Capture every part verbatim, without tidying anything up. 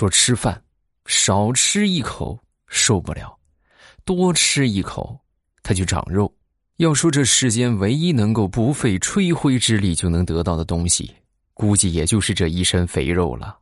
说吃饭少吃一口受不了，多吃一口它就长肉。要说这世间唯一能够不费吹灰之力就能得到的东西，估计也就是这一身肥肉了。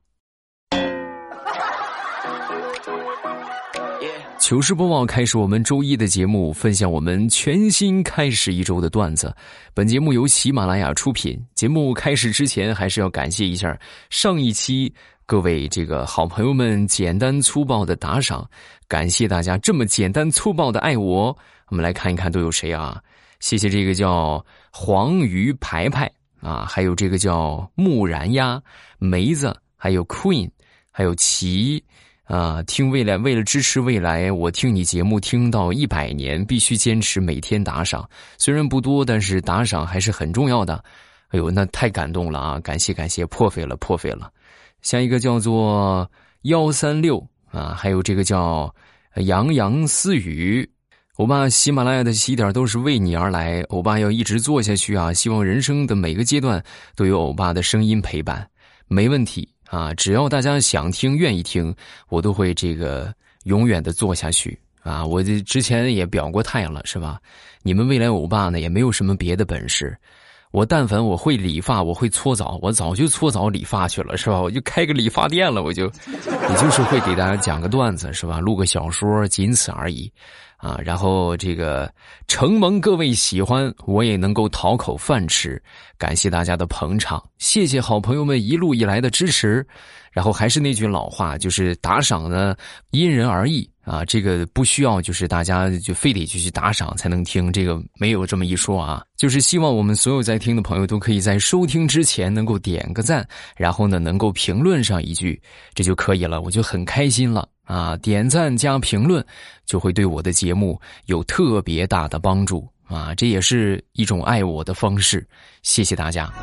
糗事播报开始我们周一的节目，分享我们全新开始一周的段子。本节目由喜马拉雅出品。节目开始之前，还是要感谢一下上一期各位这个好朋友们简单粗暴的打赏，感谢大家这么简单粗暴的爱我。我们来看一看都有谁啊？谢谢这个叫黄鱼排排啊，还有这个叫木然鸭、梅子，还有 Queen， 还有齐。啊，听未来，为了支持未来，我听你节目听到一百年，必须坚持每天打赏。虽然不多，但是打赏还是很重要的。哎呦，那太感动了啊！感谢感谢，破费了破费了。下一个叫做幺三六啊，还有这个叫洋洋私语。欧巴，喜马拉雅的起点都是为你而来，欧巴要一直做下去啊！希望人生的每个阶段都有欧巴的声音陪伴，没问题。啊，只要大家想听愿意听，我都会这个永远的做下去啊！我这之前也表过态了，是吧？你们未来欧巴呢也没有什么别的本事，我但凡我会理发，我会搓澡，我早就搓澡理发去了，是吧？我就开个理发店了，我就也就是会给大家讲个段子，是吧？录个小说，仅此而已。啊，然后这个承蒙各位喜欢，我也能够讨口饭吃，感谢大家的捧场，谢谢好朋友们一路以来的支持。然后还是那句老话，就是打赏呢因人而异啊，这个不需要就是大家就非得去去打赏才能听，这个没有这么一说啊。就是希望我们所有在听的朋友都可以在收听之前能够点个赞，然后呢能够评论上一句，这就可以了，我就很开心了。啊，点赞加评论就会对我的节目有特别大的帮助啊，这也是一种爱我的方式，谢谢大家。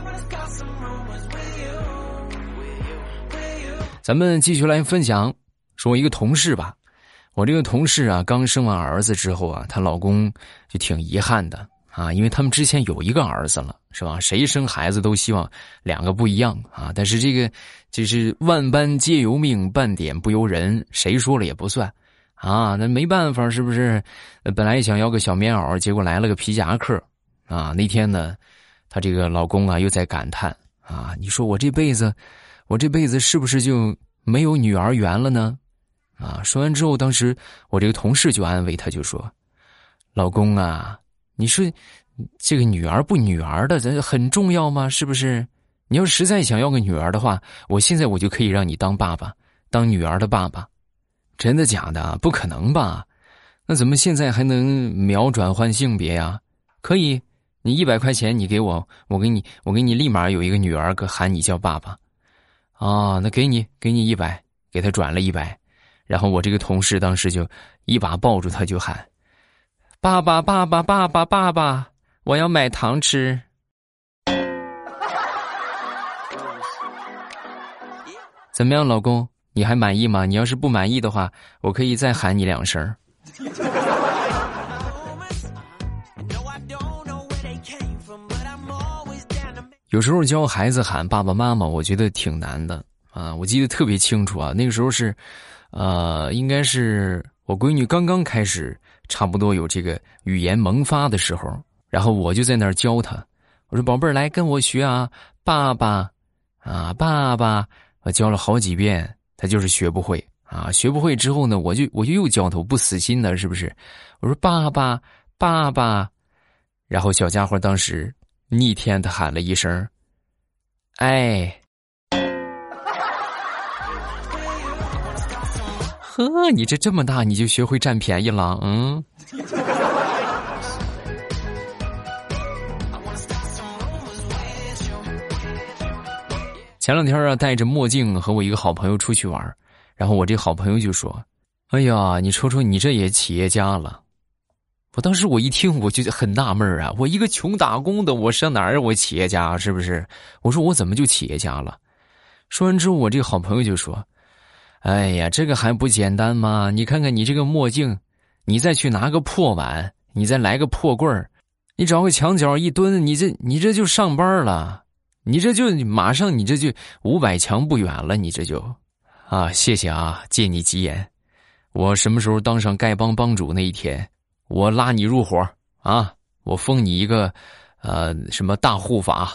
咱们继续来分享，说我一个同事吧，我这个同事啊，刚生完儿子之后啊，她老公就挺遗憾的啊，因为他们之前有一个儿子了，是吧？谁生孩子都希望两个不一样啊，但是这个就是万般皆由命，半点不由人，谁说了也不算啊，那没办法，是不是？本来想要个小棉袄，结果来了个皮夹克啊。那天呢，她这个老公啊又在感叹啊，你说我这辈子，我这辈子是不是就没有女儿缘了呢？啊，说完之后，当时我这个同事就安慰他，就说：“老公啊，你说这个女儿不女儿的，这很重要吗？是不是？你要实在想要个女儿的话，我现在我就可以让你当爸爸，当女儿的爸爸。真的假的？不可能吧？那怎么现在还能秒转换性别呀？可以，你一百块钱你给我，我给你，我给你立马有一个女儿喊你叫爸爸。啊，那给你，给你一百，给他转了一百。然后我这个同事当时就一把抱住他就喊：爸爸，爸爸，爸爸，爸爸，我要买糖吃。”怎么样，老公？你还满意吗？你要是不满意的话，我可以再喊你两声。有时候教孩子喊爸爸妈妈，我觉得挺难的啊。我记得特别清楚啊，那个时候是，呃，应该是我闺女刚刚开始，差不多有这个语言萌发的时候，然后我就在那儿教她，我说宝贝儿，来跟我学啊，爸爸，啊，爸爸。我教了好几遍，他就是学不会啊！学不会之后呢，我就我就又教他，我不死心的，是不是？我说爸爸，爸爸，然后小家伙当时逆天的喊了一声：“哎！”呵，你这这么大你就学会占便宜了，嗯？前两天啊，戴着墨镜和我一个好朋友出去玩，然后我这好朋友就说：“哎呀，你瞅瞅你这也企业家了。”我当时我一听我就很纳闷啊，我一个穷打工的，我上哪儿我企业家是不是？我说我怎么就企业家了？说完之后，我这个好朋友就说：“哎呀，这个还不简单吗？你看看你这个墨镜，你再去拿个破碗，你再来个破棍儿，你找个墙角一蹲，你这你这就上班了。”你这就马上，你这就五百强不远了，你这就， 啊，谢谢啊，借你吉言。我什么时候当上丐帮帮主那一天，我拉你入伙啊，我封你一个呃什么大护法。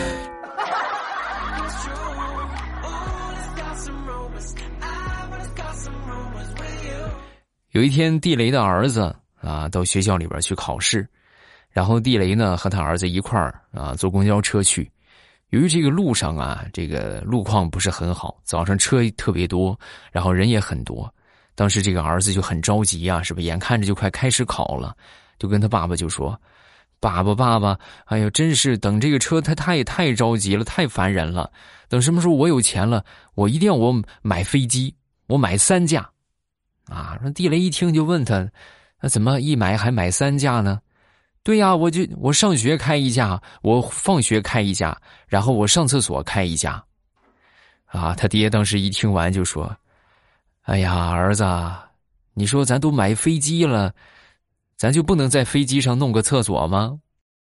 有一天地雷的儿子啊到学校里边去考试，然后地雷呢和他儿子一块儿啊坐公交车去。由于这个路上啊这个路况不是很好，早上车特别多，然后人也很多，当时这个儿子就很着急啊，是不是眼看着就快开始考了，就跟他爸爸就说，爸爸爸爸，哎呀真是等这个车他他也太着急了，太烦人了，等什么时候我有钱了，我一定要我买飞机，我买三架啊。地雷一听就问他，那怎么一买还买三架呢？对呀，我就我上学开一架，我放学开一架，然后我上厕所开一架。啊，他爹当时一听完就说，哎呀儿子，你说咱都买飞机了，咱就不能在飞机上弄个厕所吗？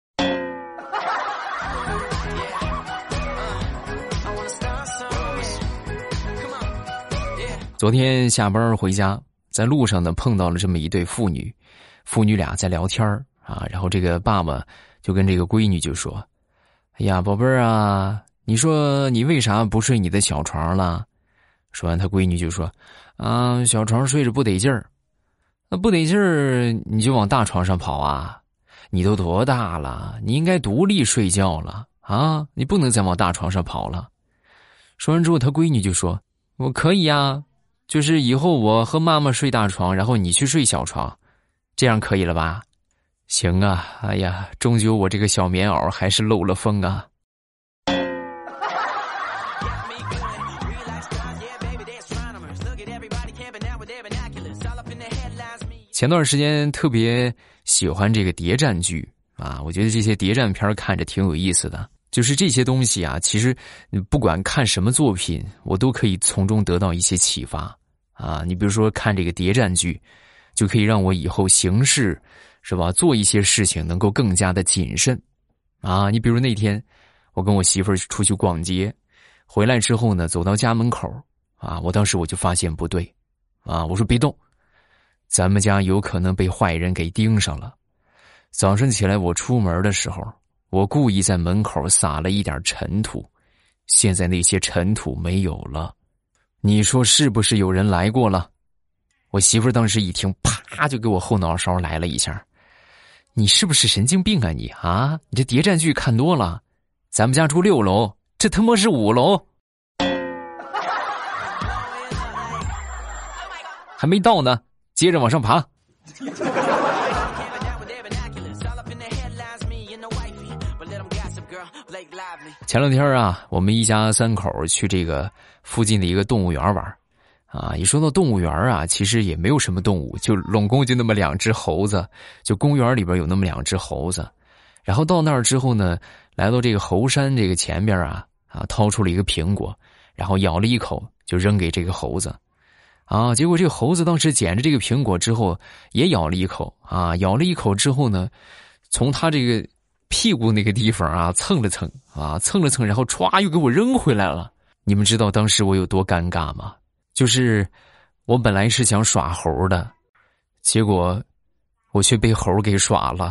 昨天下班回家，在路上呢碰到了这么一对父女，父女俩在聊天啊，然后这个爸爸就跟这个闺女就说，哎呀宝贝儿啊，你说你为啥不睡你的小床了？说完他闺女就说，啊小床睡着不得劲儿。那不得劲儿你就往大床上跑啊，你都多大了，你应该独立睡觉了啊，你不能再往大床上跑了。说完之后他闺女就说，我可以啊，就是以后我和妈妈睡大床，然后你去睡小床，这样可以了吧？行啊，哎呀，终究我这个小棉袄还是漏了风啊。前段时间特别喜欢这个谍战剧啊，我觉得这些谍战片看着挺有意思的。就是这些东西啊，其实不管看什么作品，我都可以从中得到一些启发啊。你比如说看这个谍战剧，就可以让我以后行事是吧，做一些事情能够更加的谨慎啊。你比如那天我跟我媳妇儿出去逛街，回来之后呢，走到家门口啊，我当时我就发现不对啊，我说别动，咱们家有可能被坏人给盯上了。早上起来我出门的时候，我故意在门口撒了一点尘土，现在那些尘土没有了，你说是不是有人来过了？我媳妇儿当时一听，啪就给我后脑勺来了一下，你是不是神经病啊你啊？你这谍战剧看多了，咱们家住六楼，这他妈是五楼，还没到呢，接着往上爬。前两天啊，我们一家三口去这个附近的一个动物园玩啊。一说到动物园啊，其实也没有什么动物，就拢共就那么两只猴子，就公园里边有那么两只猴子。然后到那儿之后呢，来到这个猴山这个前边啊啊，掏出了一个苹果，然后咬了一口就扔给这个猴子啊。结果这个猴子当时捡着这个苹果之后也咬了一口啊，咬了一口之后呢，从他这个屁股那个地方啊蹭了蹭啊，蹭了蹭，然后歘又给我扔回来了。你们知道当时我有多尴尬吗？就是我本来是想耍猴的，结果我却被猴给耍了。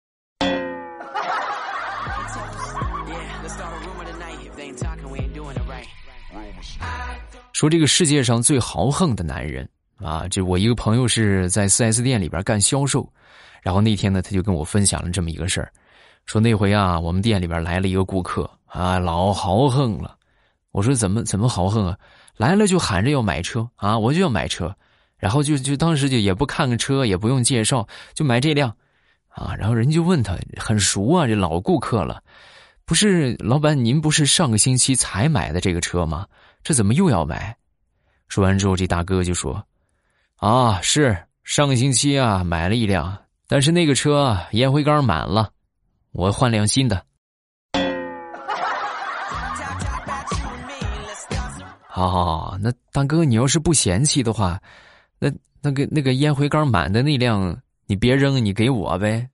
说这个世界上最豪横的男人啊，这我一个朋友是在 四 S 店里边干销售，然后那天呢他就跟我分享了这么一个事儿，说那回啊我们店里边来了一个顾客啊，老豪横了。我说怎么怎么豪横啊？来了就喊着要买车啊，我就要买车，然后就就当时就也不看个车，也不用介绍，就买这辆啊。然后人就问他，很熟啊，这老顾客了，不是老板您不是上个星期才买的这个车吗？这怎么又要买？说完之后这大哥就说，啊是上个星期啊买了一辆，但是那个车烟灰缸满了，我换辆新的。好好好，那大哥你要是不嫌弃的话，那那个那个烟灰缸满的那辆你别扔，你给我呗。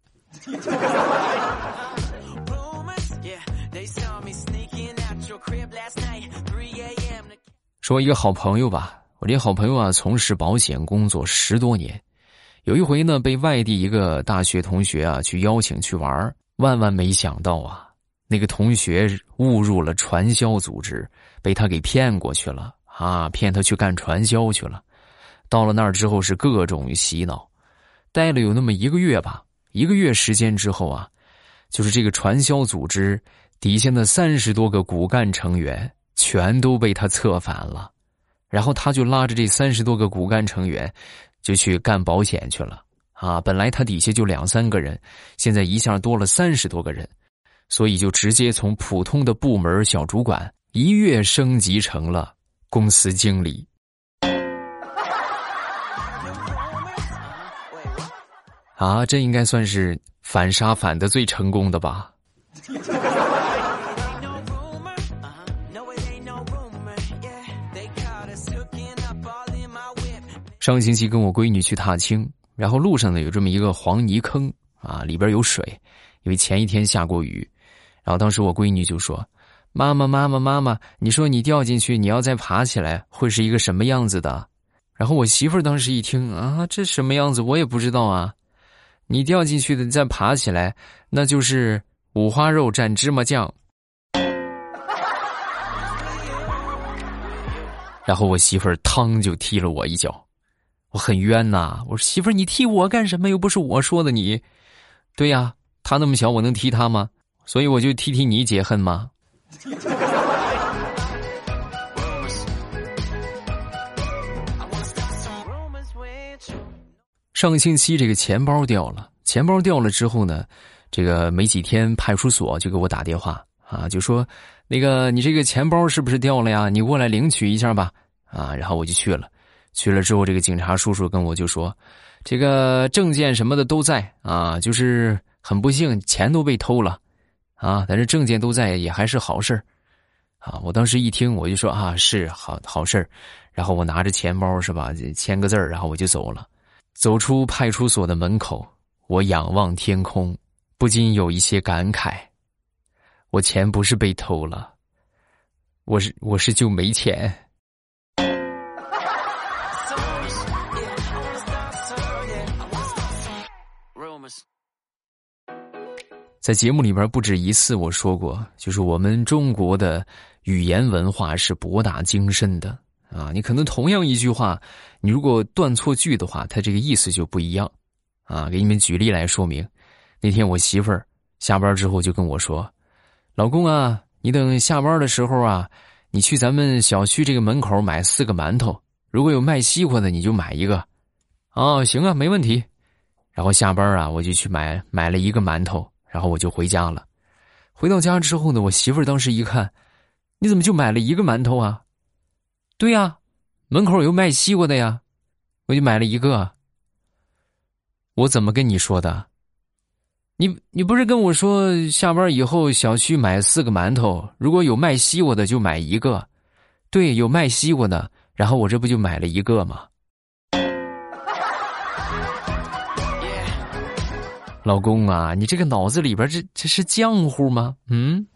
说一个好朋友吧，我这好朋友啊，从事保险工作十多年。有一回呢，被外地一个大学同学啊去邀请去玩，万万没想到啊，那个同学误入了传销组织，被他给骗过去了啊，骗他去干传销去了。到了那儿之后是各种洗脑，待了有那么一个月吧，一个月时间之后啊，就是这个传销组织底下的三十多个骨干成员全都被他策反了，然后他就拉着这三十多个骨干成员就去干保险去了啊！本来他底下就两三个人，现在一下多了三十多个人，所以就直接从普通的部门小主管一跃升级成了公司经理。啊，这应该算是反杀反的最成功的吧。上个星期跟我闺女去踏青，然后路上呢有这么一个黄泥坑啊，里边有水，因为前一天下过雨。然后当时我闺女就说：妈妈妈妈妈妈，你说你掉进去，你要再爬起来，会是一个什么样子的？然后我媳妇儿当时一听啊，这什么样子我也不知道啊。你掉进去的再爬起来，那就是五花肉蘸芝麻酱。然后我媳妇儿嘡就踢了我一脚，我很冤呐，我说媳妇儿你踢我干什么？又不是我说的你。对呀，他那么小我能踢他吗？所以我就踢踢你解恨吗？上个星期这个钱包掉了，钱包掉了之后呢，这个没几天派出所就给我打电话啊，就说那个你这个钱包是不是掉了呀？你过来领取一下吧。啊，然后我就去了，去了之后这个警察叔叔跟我就说，这个证件什么的都在啊，就是很不幸钱都被偷了啊，但是证件都在也还是好事啊。我当时一听我就说啊，是好好事，然后我拿着钱包是吧，签个字儿，然后我就走了。走出派出所的门口，我仰望天空，不禁有一些感慨。我钱不是被偷了，我是我是就没钱。在节目里边不止一次我说过，就是我们中国的语言文化是博大精深的啊，你可能同样一句话，你如果断错句的话，它这个意思就不一样啊。给你们举例来说明，那天我媳妇儿下班之后就跟我说，老公啊，你等下班的时候啊，你去咱们小区这个门口买四个馒头，如果有卖西瓜的你就买一个。哦，行啊，没问题。然后下班啊，我就去买买了一个馒头，然后我就回家了。回到家之后呢，我媳妇儿当时一看，你怎么就买了一个馒头啊？对呀，门口有卖西瓜的呀，我就买了一个。我怎么跟你说的？你你不是跟我说下班以后小区买四个馒头，如果有卖西瓜的就买一个。对，有卖西瓜的，然后我这不就买了一个吗？老公啊，你这个脑子里边这这是浆糊吗？嗯。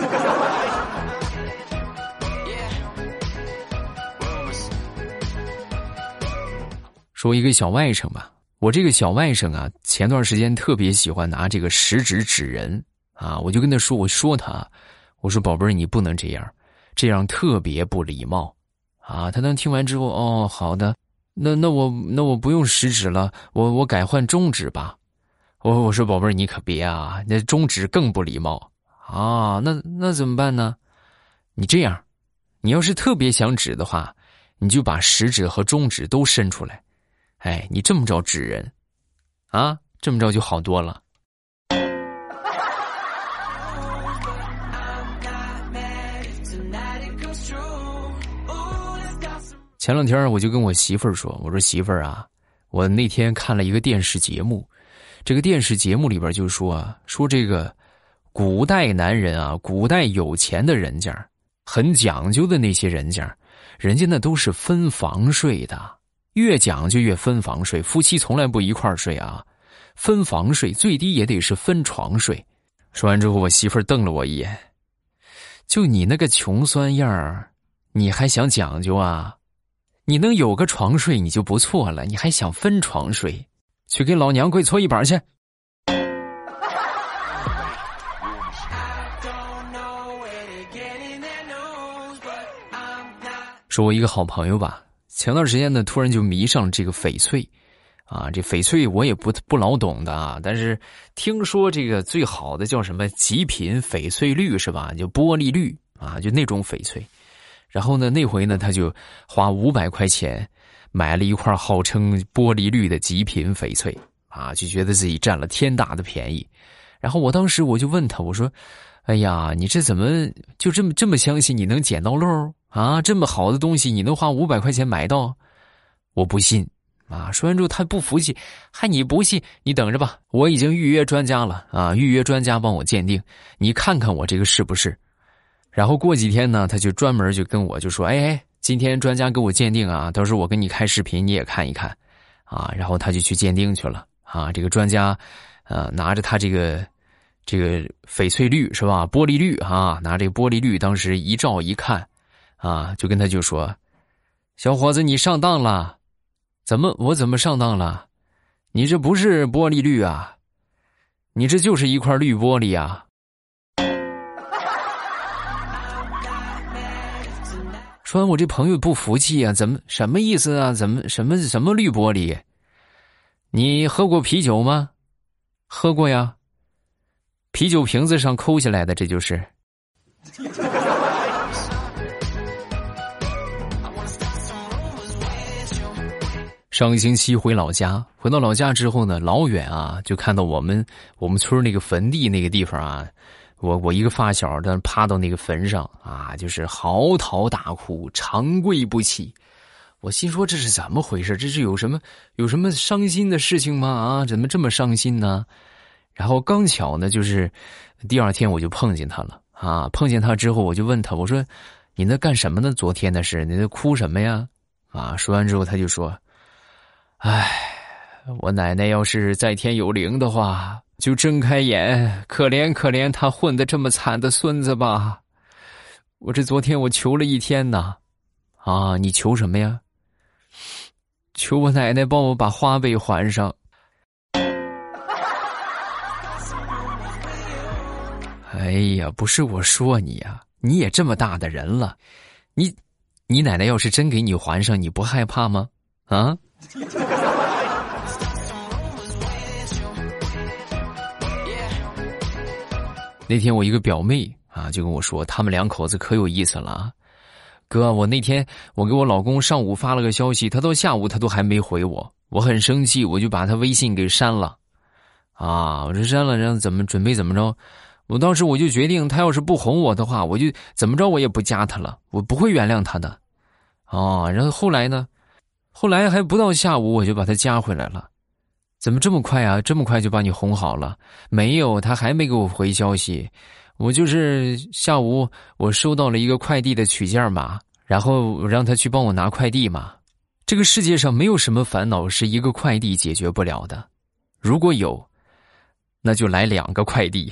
说一个小外甥吧，我这个小外甥啊，前段时间特别喜欢拿这个食指指人啊，我就跟他说，我说他，我说宝贝儿，你不能这样，这样特别不礼貌啊。他当听完之后，哦，好的，那那我那我不用食指了，我我改换中指吧。我我说宝贝儿，你可别啊，那中指更不礼貌啊。那那怎么办呢？你这样，你要是特别想指的话，你就把食指和中指都伸出来。哎，你这么着指人，啊，这么着就好多了。前两天我就跟我媳妇儿说，我说媳妇儿啊，我那天看了一个电视节目，这个电视节目里边就说啊，说这个古代男人啊，古代有钱的人家，很讲究的那些人家，人家那都是分房睡的。越讲究越分房睡，夫妻从来不一块儿睡啊，分房睡最低也得是分床睡。说完之后，我媳妇儿瞪了我一眼，就你那个穷酸样儿， 你还想讲究啊？你能有个床睡你就不错了，你还想分床睡？去给老娘跪搓衣板去！说我一个好朋友吧，前段时间呢，突然就迷上了这个翡翠，啊，这翡翠我也不不老懂的啊，但是听说这个最好的叫什么极品翡翠绿是吧？就玻璃绿啊，就那种翡翠。然后呢，那回呢，他就花五百块钱买了一块号称玻璃绿的极品翡翠啊，就觉得自己占了天大的便宜。然后我当时我就问他，我说：“哎呀，你这怎么就这么这么相信你能捡到漏啊？这么好的东西你能花五百块钱买到？”我不信啊！说完之后他不服气，还你不信？你等着吧，我已经预约专家了啊！预约专家帮我鉴定，你看看我这个是不是？然后过几天呢，他就专门就跟我就说：“哎，今天专家给我鉴定啊，到时候我给你开视频，你也看一看，啊。”然后他就去鉴定去了啊。这个专家，呃，拿着他这个这个翡翠绿是吧？玻璃绿啊，拿这个玻璃绿，当时一照一看，啊，就跟他就说：“小伙子，你上当了，怎么我怎么上当了？你这不是玻璃绿啊，你这就是一块绿玻璃啊。”说完我这朋友不服气啊，怎么什么意思啊？怎么什么什么绿玻璃？你喝过啤酒吗？喝过呀。啤酒瓶子上抠下来的，这就是。上个星期回老家，回到老家之后呢，老远啊就看到我们我们村那个坟地那个地方啊。我我一个发小在趴到那个坟上啊，就是嚎啕大哭，长跪不起。我心说这是怎么回事？这是有什么有什么伤心的事情吗？啊，怎么这么伤心呢？然后刚巧呢，就是第二天我就碰见他了啊，碰见他之后我就问他，我说你那干什么呢？昨天的事，你那哭什么呀？啊，说完之后他就说，唉，我奶奶要是在天有灵的话，就睁开眼，可怜可怜他混得这么惨的孙子吧。我这昨天我求了一天呢。啊，你求什么呀？求我奶奶帮我把花呗还上。哎呀，不是我说你呀，你也这么大的人了，你你奶奶要是真给你还上，你不害怕吗？啊？那天我一个表妹啊，就跟我说，他们两口子可有意思了啊。哥，我那天我给我老公上午发了个消息，他到下午他都还没回我，我很生气，我就把他微信给删了。啊，我这删了，然后怎么准备怎么着？我当时我就决定，他要是不哄我的话，我就怎么着我也不加他了，我不会原谅他的。啊，然后后来呢？后来还不到下午我就把他加回来了。怎么这么快啊？这么快就把你哄好了？没有，他还没给我回消息。我就是下午我收到了一个快递的取件码，然后让他去帮我拿快递嘛。这个世界上没有什么烦恼是一个快递解决不了的，如果有，那就来两个快递。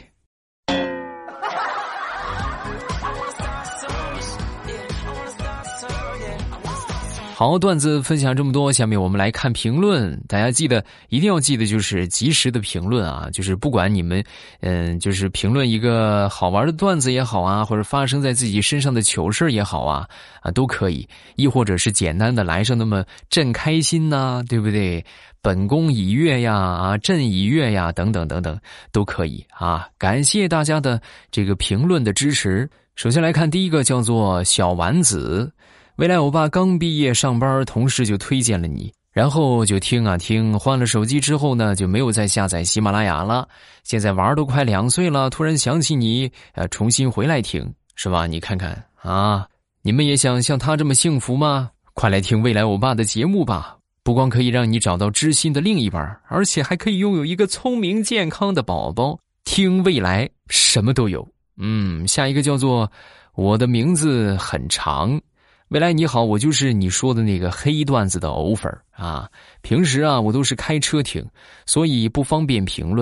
好，段子分享这么多，下面我们来看评论。大家记得一定要记得，就是及时的评论啊，就是不管你们嗯，就是评论一个好玩的段子也好啊，或者发生在自己身上的糗事也好啊啊都可以，亦或者是简单的来上那么朕开心呐、啊，对不对？本宫已阅呀啊，朕已阅呀等等等等都可以啊。感谢大家的这个评论的支持。首先来看第一个，叫做小丸子。未来欧巴刚毕业上班，同事就推荐了你，然后就听啊听，换了手机之后呢，就没有再下载喜马拉雅了。现在娃儿都快两岁了，突然想起你，呃，重新回来听，是吧？你看看啊，你们也想像他这么幸福吗？快来听未来欧巴的节目吧！不光可以让你找到知心的另一半，而且还可以拥有一个聪明健康的宝宝。听未来，什么都有。嗯，下一个叫做我的名字很长。未来你好，我就是你说的那个黑段子的偶粉啊。平时啊，我都是开车听，所以不方便评论。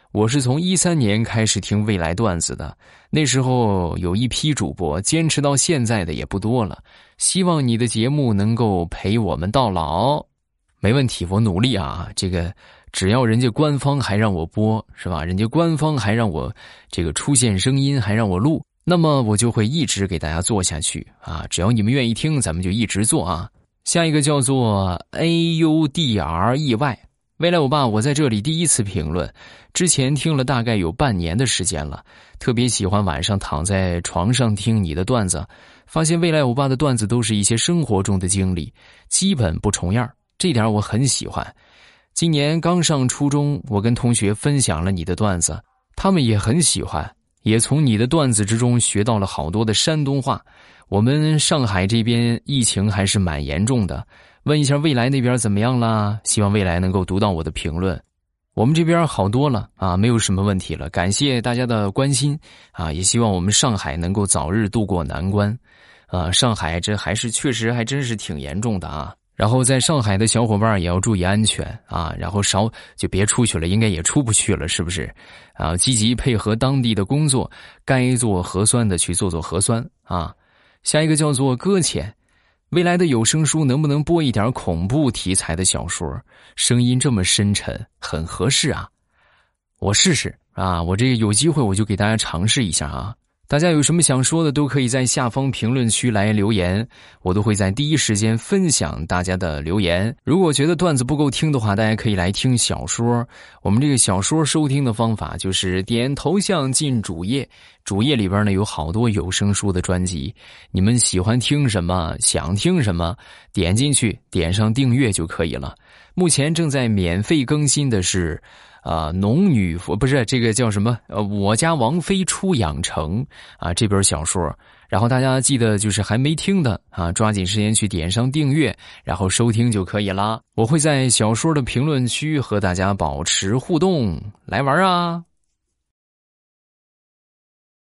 我是从一三年开始听未来段子的，那时候有一批主播，坚持到现在的也不多了。希望你的节目能够陪我们到老。没问题，我努力啊。这个只要人家官方还让我播，是吧？人家官方还让我这个出现声音，还让我录，那么我就会一直给大家做下去啊。只要你们愿意听，咱们就一直做啊。下一个叫做 A U D R E Y。未来欧巴，我在这里第一次评论，之前听了大概有半年的时间了，特别喜欢晚上躺在床上听你的段子，发现未来欧巴的段子都是一些生活中的经历，基本不重样，这点我很喜欢。今年刚上初中，我跟同学分享了你的段子，他们也很喜欢，也从你的段子之中学到了好多的山东话。我们上海这边疫情还是蛮严重的，问一下未来那边怎么样啦？希望未来能够读到我的评论。我们这边好多了啊，没有什么问题了，感谢大家的关心啊，也希望我们上海能够早日渡过难关啊。上海这还是确实还真是挺严重的啊。然后在上海的小伙伴也要注意安全啊，然后少就别出去了，应该也出不去了，是不是啊？积极配合当地的工作，该做核酸的去做做核酸啊。下一个叫做搁浅，未来的有声书能不能播一点恐怖题材的小说？声音这么深沉，很合适啊。我试试啊，我这个有机会我就给大家尝试一下啊。大家有什么想说的都可以在下方评论区来留言，我都会在第一时间分享大家的留言。如果觉得段子不够听的话，大家可以来听小说。我们这个小说收听的方法就是点头像进主页，主页里边呢有好多有声书的专辑，你们喜欢听什么，想听什么，点进去点上订阅就可以了。目前正在免费更新的是啊，农女不是这个叫什么？呃，我家王妃出养成啊，这本小说。然后大家记得就是还没听的啊，抓紧时间去点上订阅，然后收听就可以啦。我会在小说的评论区和大家保持互动，来玩啊！